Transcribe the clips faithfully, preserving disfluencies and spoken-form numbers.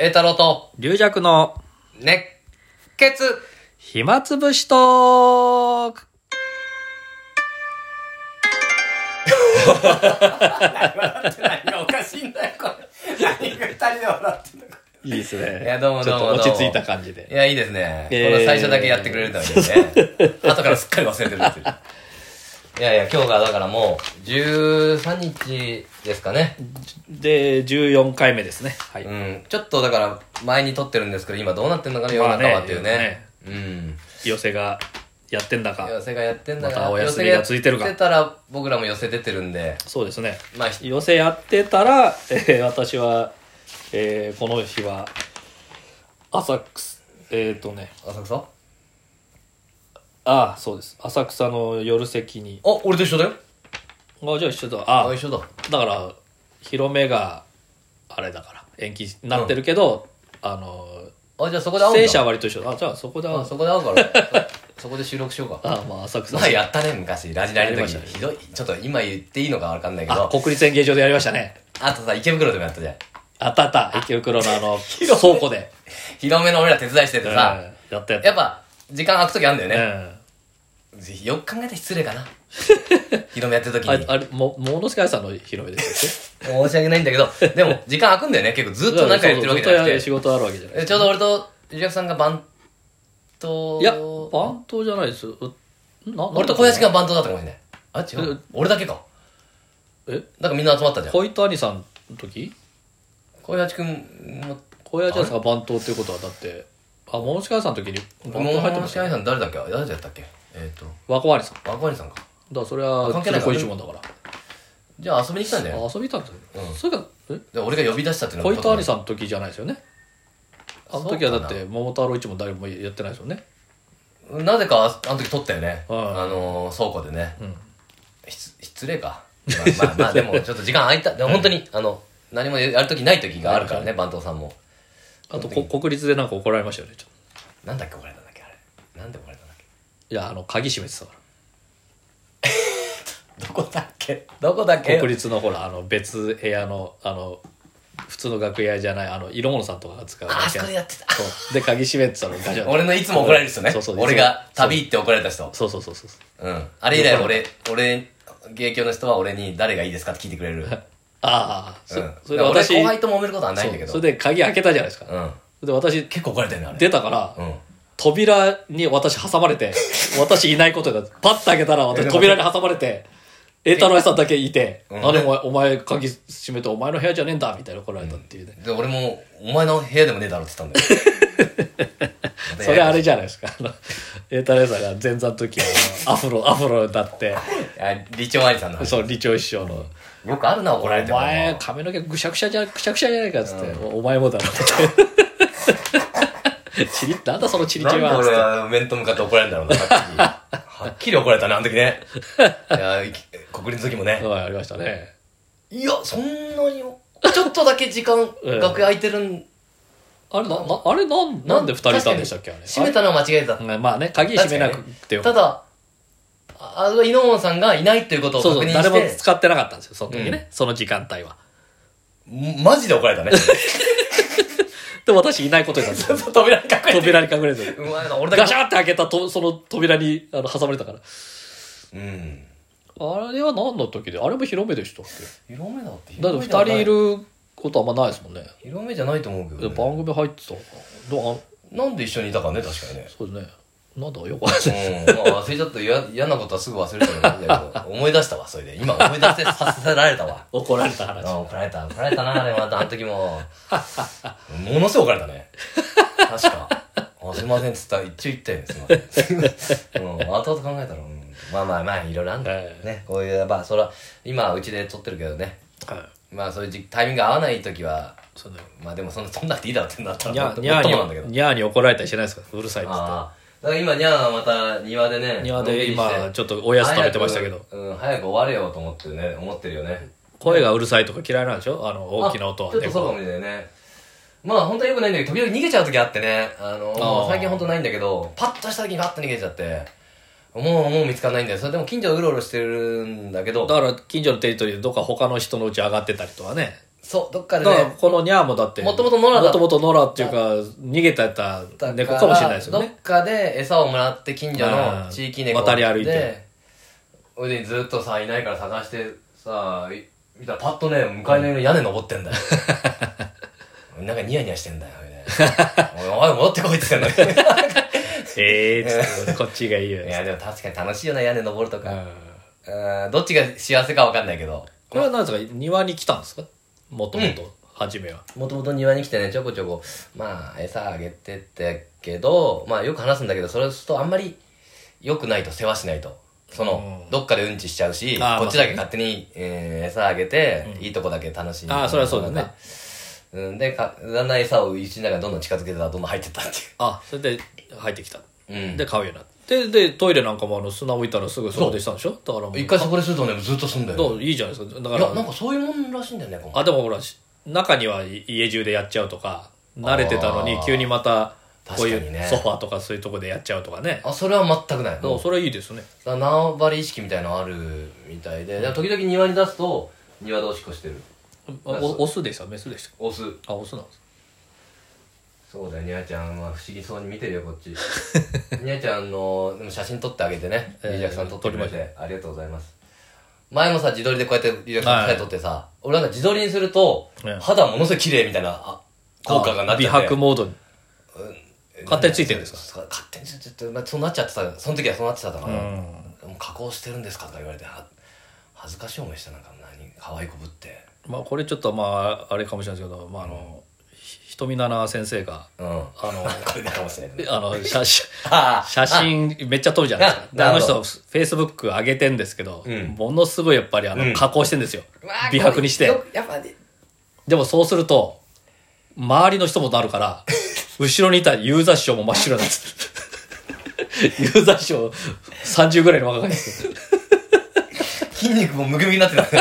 栄太郎と龍尺の熱血暇つぶしトーク。 笑ってないよ、おかしいんだよこれ。何が二人で笑ってんだこれ。 いいですね。 いや、どうもどうもどうも。 ちょっと落ち着いた感じで。 いや、いいですね。 えーこの最初だけやってくれるのにね。後からすっかり忘れてるっていう。いやいや、今日がだからもうじゅうさんにちですかね。 で、じゅうよんかいめですね。はい。 うん。ちょっとだから前に撮ってるんですけど、今どうなってんのかな、世の中はっていうね。うん。 寄せがやってんだか。 寄せがやってんだか。 またお休みがついてるか。 寄せやってたら僕らも寄せ出てるんで。 そうですね。 まあ、 寄せやってたら、えー、私は、えー、この日は、浅草、えっ、ー、とね。 浅草ああ、そうです。浅草の夜席に。 あ、俺と一緒だよ。 あ、じゃあ一緒だ。ああ、一緒だ。 だから、広めが、あれだから、延期になってるけど、うん、あの、 あ、じゃあそこで会うんだ。 正社は割と一緒だ。あ、じゃあそこで会う。 あ、そこで会うからそこで収録しようか。 あ、まあ浅草。 まあやったね、昔。ラジナリの時に。ひどい。ちょっと今言っていいのかわかんないけど。 あ、国立演芸場でやりましたね。 あとさ、池袋でもやったじゃん。 あったあった。池袋のあの、倉庫で。 広めの俺ら手伝いしててさ、 うん、やったやった。 やっぱ、時間空く時あるんだよね。 うんよく考えたら失礼かな。広めやってる時に。 あ、あれ、も、ものすかいさんの広めです申し訳ないんだけど、でも、時間空くんだよね。結構ずっとなんかやってるわけじゃなくて。 仕事あるわけじゃない。 ちょうど俺と、ジャクさんがバント。 いや、バントじゃないですよ。 な俺と小屋敷がバントだったかもしれない。あ、違う。俺だけか。 えだからみんな集まったじゃん。 小糸兄さんの時小屋敷くんも。 小屋敷さんがバントっていうことは、だって、あ、ものすかいさんの時にバント入ってました。 ものすかいさん誰だっけ誰だったっけえっと。 若林さん。 若林さんか。 だからそれは、 関係ない小一門だから。 じゃあ遊びに来たんだよ。 遊びに行ったんですよ。 うん。 それが、えで俺が呼び出したっていうの小糸兄さんの時じゃないですよね。あの時はだって桃太郎一門誰もやってないですよね。 なぜかあの時撮ったよね。 うん、 あのー、倉庫でね。 うん、 失礼か。まあまあ、まあ、でもちょっと時間空いた。でも本当に、あの、何もやる時ない時があるからね、番頭さんも。 あとこ国立でなんか怒られましたよね。ちょっとなんだっけ怒られたんだっけあれ。なんで怒られたんだっけいや、あの、鍵閉めてたから 。どこだっけどこだっけ国立のほら、あの、別部屋の、あの、普通の楽屋じゃない、あの、色物さんとかが使う。 あ、あそこでやってた。 そう。で、鍵閉めてたのガチャ俺のいつも怒られる人ね。 そうそう。 俺が旅行って怒られた人。 そうそうそうそう。 うん。あれ以来俺、俺、芸協の人は俺に誰がいいですかって聞いてくれる。 ああ、 うん。 それで私、 後輩と揉めることはないんだけど。 それで鍵開けたじゃないですか。 うん。 で、私、 結構怒られてるんだあれ。 出たから、 うん。 扉に私挟まれて、私いないことが、パッと開けたら私扉に挟まれて、栄太郎さんだけいて、 うん、 あれお前、お前鍵閉めてお前の部屋じゃねえんだみたいな怒られたっていうね。 うん、で、俺も、お前の部屋でもねえだろって言ったんだよ。 それあれじゃないですか。あの、栄太郎さんが前座の時は、アフロ、アフロだって。 李長兄さんの話。 そう、李長師匠の。 よくあるな、怒られてお前、髪の毛ぐしゃぐしゃじゃ、ぐしゃぐしゃじゃないかっつって、うん、お前もだろって。チリ、なんだそのチリチリは。 なんで俺は面と向かって怒られるんだろうな、はっきり。はっきり怒られたね、あの時ね。いや、国立の時もね。 はい、ありましたね。 いや、そんなに、ちょっとだけ時間、楽屋空いてるん。 あれ、な、な、あれ、なん、なんで二人いたんでしたっけあれ。 閉めたのは間違えた。 まあね、鍵閉めなくてよ。 ただ、あの、井上さんがいないっていうことを確認して。 そうそう、誰も使ってなかったんですよ、その時ね。うん、その時間帯は。 マジで怒られたね。 で、私いないことになってた。 扉に隠れて。 扉に隠れてる。 うまいな、俺だけ。 ガシャーって開けたと、その扉にあの挟まれたから。 うん。 あれは何の時であれも広めでしたっけ広めだって。 だって二人いることあんまないですもんね。 広めじゃないと思うけど、 ね。番組入ってたのかな。どうなんで一緒にいたかね、確かにね。 そうですね。なんだよくわかんない。 うん。まあ忘れちゃった。嫌なことはすぐ忘れちゃうんだけど、思い出したわ、それで。今思い出せさせられたわ。 怒られた話。 あ、怒られた。怒られたな、でもあの時も。ものすごい怒られたね。確か。あ、すいませんっつったら一応言ったよね、すいません。うん、後々考えたら、うん、まあまあまあ、いろいろあんだ。ね、こういう、まあ、それは、今、うちで撮ってるけどね。はい。まあ、そういうタイミング合わない時は、そうだよ。まあでも、そんな、そんなくていいだろってなったら、 にゃーにゃーに、にゃーに怒られたりしてないですかうるさいっつって。 だから今、ニャーはまた庭でね。 庭で今、ちょっとおやつ食べてましたけど。 うん、早く終われよと思ってね、思ってるよね。 声がうるさいとか嫌いなんでしょあの、大きな音は。 ちょっとそうかもしれないね。まあ本当は良くないんだけど、時々逃げちゃう時あってね。あの、もう最近本当ないんだけど、パッとした時にパッと逃げちゃって、もう、もう見つからないんだよ。それでも近所でうろうろしてるんだけど。 だから近所のテリトリーでどっか他の人のうち上がってたりとかね。 そうどっかでだからねこのニャーもだってもともと野良だもともと野良っていうか逃げたやった猫かもしれないですよね。 どっかで餌をもらって近所の地域猫渡り歩いてそれでずっとさいないから探してさ見たらパッとね向かいの家の屋根登ってんだよ、うん、なんかニヤニヤしてんだよおいおい戻ってこいって言ってんのええー、ちょっとこっちがいいよ。 いやでも確かに楽しいよな屋根登るとか、 うんうんどっちが幸せか分かんないけどこれは何ですか庭に来たんですかもともと初めは。 もともと庭に来てねちょこちょこまあ餌あげてってけどまあよく話すんだけどそれするとあんまり良くないと世話しないとその、うん、どっかでうんちしちゃうしこっちだけ勝手に、えー、餌あげて、うん、いいとこだけ楽しんでああそれはそうだね。 うん、でかだんだん餌を一の中にどんどん近づけてたらどんどん入ってったっていうあそれで入ってきた、 うん、 で買うようになってでトイレなんかもあの砂置いたらすぐそこでしたんでしょ。だからもう一回そこでするとねずっと住んだよ、 ね、いいじゃないですか。だからいやなんかそういうもんらしいんだよね今あでもほら中には家中でやっちゃうとか慣れてたのに急にまたこういうソファーとかそういうとこでやっちゃうとかね。 あそれは全くないそうそれはいいですね。 縄張り意識みたいなのあるみたいで、で時々庭に出すと庭でおしっこしてる。 オスでしたメスでしたオス。 あオスなんです。 そうだよニワちゃんは不思議そうに見てるよこっちニワちゃんのでも写真撮ってあげてねリージャクさん撮ってくれてありがとうございます。前もさ自撮りでこうやってリージャクさん撮って撮ってさ、はい、俺なんか自撮りにすると、はい、肌ものすごい綺麗みたいな効果がなっちゃって美白モードに、うん、勝手についてるんですか。 勝手についてる、まあ、そうなっちゃってたその時はそうなってたから、うん、もう加工してるんですかとか言われて恥ずかしい思いしたなんか何可愛いこぶってまあこれちょっとまああれかもしれないですけどまああの、うん瞳奈々先生が、 うん、あのこれかもしれない、ね、 あの写真写真めっちゃ撮るじゃないですか。であの人フェイスブック上げてんですけど、うん、ものすごいやっぱりあの、うん、加工してんですよ、美白にして。やっぱりでもそうすると周りの人もなるから後ろにいたユーザー師匠も真っ白なんですユーザー師匠さんじゅうぐらいの若いです筋肉もムキムキになってた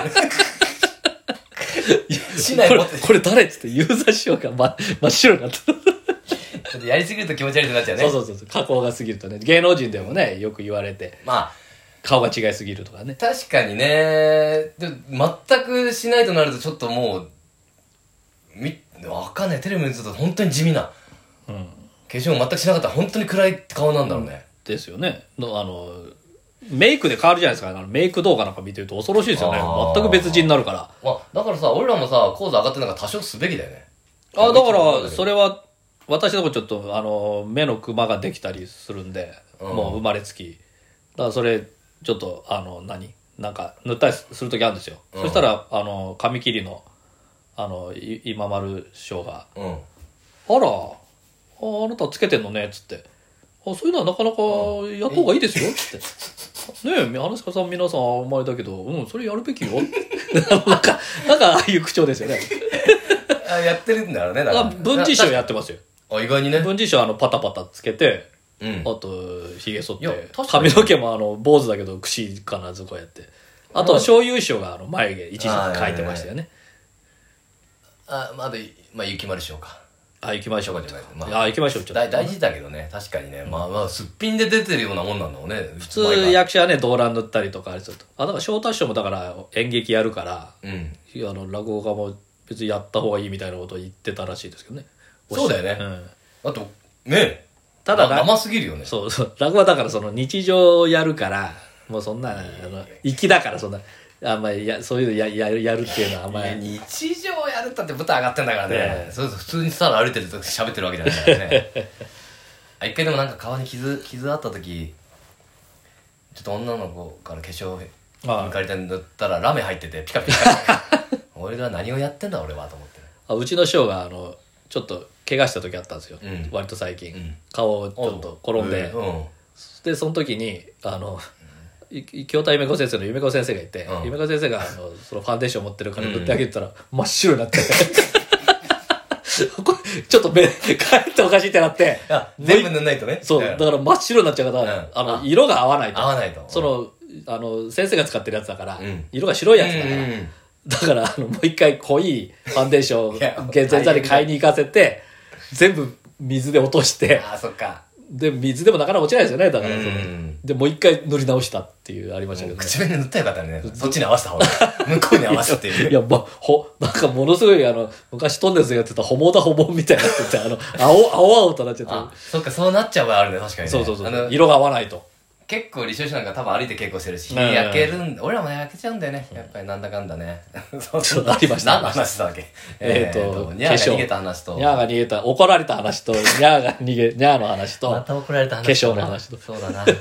これ、これ誰っつってユーザー仕様が、ま、真っ白になったちょっとやりすぎると気持ち悪くなっちゃうね。 そうそうそう加工が過ぎるとね芸能人でもねよく言われてまあ顔が違いすぎるとかね。 確かにねで全くしないとなるとちょっともうみわかんないテレビ見ると本当に地味な、うん、化粧も全くしなかったら本当に暗い顔なんだろうね、 うん、ですよねのあのメイクで変わるじゃないですか。あのメイク動画なんか見てると恐ろしいですよね。全く別人になるから、 まあ、だからさ俺らもさ講座上がってるのが多少すべきだよね。 あだからそれは私のとこちょっとあの目のクマができたりするんで、うん、もう生まれつきだからそれちょっとあの何なんか塗ったりする時あるんですよ、うん、そしたらあの髪切りのあの今丸師匠が、うん、あら あ, あなたつけてんのねっつってあそういうのはなかなかやった方がいいですよっつってねえ話し家さん皆さんお前だけどうんそれやるべきよなんかなんかああいう口調ですよねあやってるんだろうねだから文治師匠やってますよ。 あ意外にね文治師匠あのパタパタつけて、うん、あとひげ剃って髪の毛もあの坊主だけど櫛かなずこうやってあと醤油師匠があの眉毛一時描いてましたよね。 あまあでまあ雪丸師匠かあ行きましょうか。 まあ行きましょう。 ちょっと大事だけどね確かにね、うん、まあまあすっぴんで出てるようなもんなんだろうね。 普通役者はね動乱塗ったりとかあれするとあだから昇太師匠もだから演劇やるから、うん、あの落語家も別にやった方がいいみたいなことを言ってたらしいですけどね。 そうだよね、うん、あとねただ生すぎるよね。 そうそう落語はだからその日常やるからもうそんなあの粋だからそんなあんまりやそういうの や, や, るやるっていうのはあんまり日常やるったって舞台上がってんだからね、ねそうそう普通にスター歩いてると喋ってるわけじゃないからねあ一回でもなんか顔に傷傷あった時ちょっと女の子から化粧抜かれて塗ったらラメ入っててピカピカ俺が何をやってんだ俺はと思って、ね、 あうちの師匠があのちょっと怪我した時あったんですよ、うん、割と最近、うん、顔をちょっと転んで、うん、でその時にあの京田夢子先生の夢子先生がいて、うん、夢子先生があのそのファンデーション持ってるから塗ってあげてたら、うん、真っ白になってちょっと目かえっておかしいってなって全部塗んないとねそうだから真っ白になっちゃうから、うん、あの色が合わないと合わないとそのあの先生が使ってるやつだから、うん、色が白いやつだから、うんうんうん、だからあのもう一回濃いファンデーションを厳選座に買いに行かせて全部水で落としてあそっかで、水でもなかなか落ちないですよね、だからその。 うんで、もう一回塗り直したっていうありましたけどね。 口紅塗ったらよかったね。そっちに合わせた方が。向こうに合わせていう。 いや、まあ、ほ、なんかものすごい、あの、昔トンネルズがやってた、ホモだホモみたいになってて、あの、青、青々となっちゃってあ、そっか、そうなっちゃう場合あるね、確かにね。 そうそうそう。 あの色が合わないと。 結構、李承信なんか多分歩いて稽古してるし、 うんうん焼けるんだ。俺らも焼けちゃうんだよね。やっぱりなんだかんだね。そうそうありました何の話だっけえーとニャーが逃げた話と。 ニャーが逃げた、怒られた話と、ニャーが逃げ、ニャーの話と、 また怒られた話化粧の話と。 そうだな。い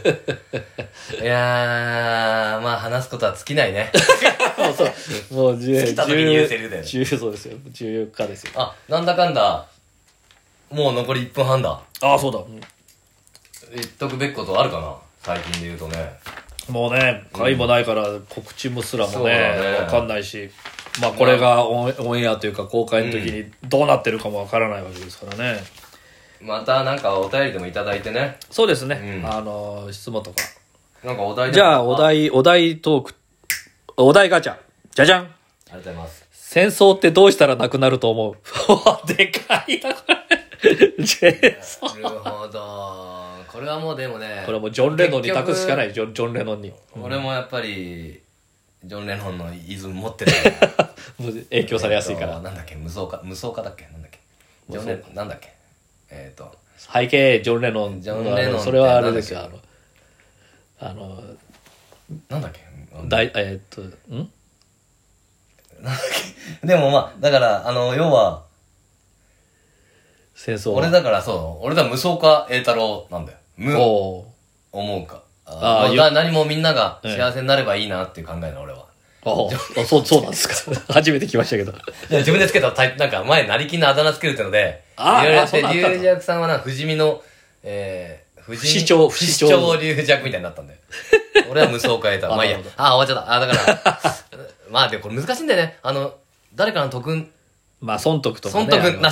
やー、まあ話すことは尽きないね。 そうそう。もう10、 尽きた時に言うセリフだよねじゅうそうですよ。じゅうよっかですよ。 あ、なんだかんだ、もう残りいっぷんはんだ。 ああ、そうだ。 言っとくべきことあるかな最近で言うとね。 もうね、会もないから告知もすらもそうだね、 ねわかんないし、まあこれがオンオンエアというか公開の時にどうなってるかもわからないわけですからね。 またなんかお便りでもいただいてね。 そうですね。 うんあの、質問とか。 なんかお題でもじゃあ、お。題、お題トーク、お題ガチャ。じゃじゃん。 ありがとうございます。 戦争ってどうしたらなくなると思うでかいな、これ。ジェイソンなるほど。これはもうでもね。 これはもうジョン・レノンに託すしかない、ジョン・ジョンレノンに。 俺もやっぱり、ジョン・レノンのイズム持ってる。 もう影響されやすいから。 えーとなんだっけ無双化無双化だっけなんだっけジョン・レノンなんだっけえっ、ー、と背景、ジョン・レノン。 ジョンレノンってあのそれはあれですよ、あの、あの、 なんだっけ大、えーっと、んでもまあだからあの要は戦争は。 俺だからそう俺だ無双化栄太郎なんだよ無おー思うかああーーな何もみんながええ幸せになればいいなっていう考えな俺はああ、そう、そうなんですか。初めて聞きましたけど。 いや自分でつけたタイなんか前成金のあだ名つけるってのであーいろいろやってあそんなんあったんだ龍尺さんはな不死身のえー不不死鳥不死鳥龍尺みたいになったんだよ俺は無双化栄太郎まあいいやあなるほあー終わっちゃったあーだからまあでもこれ難しいんだよねあの誰かの徳まあ、損得とかね。 損得な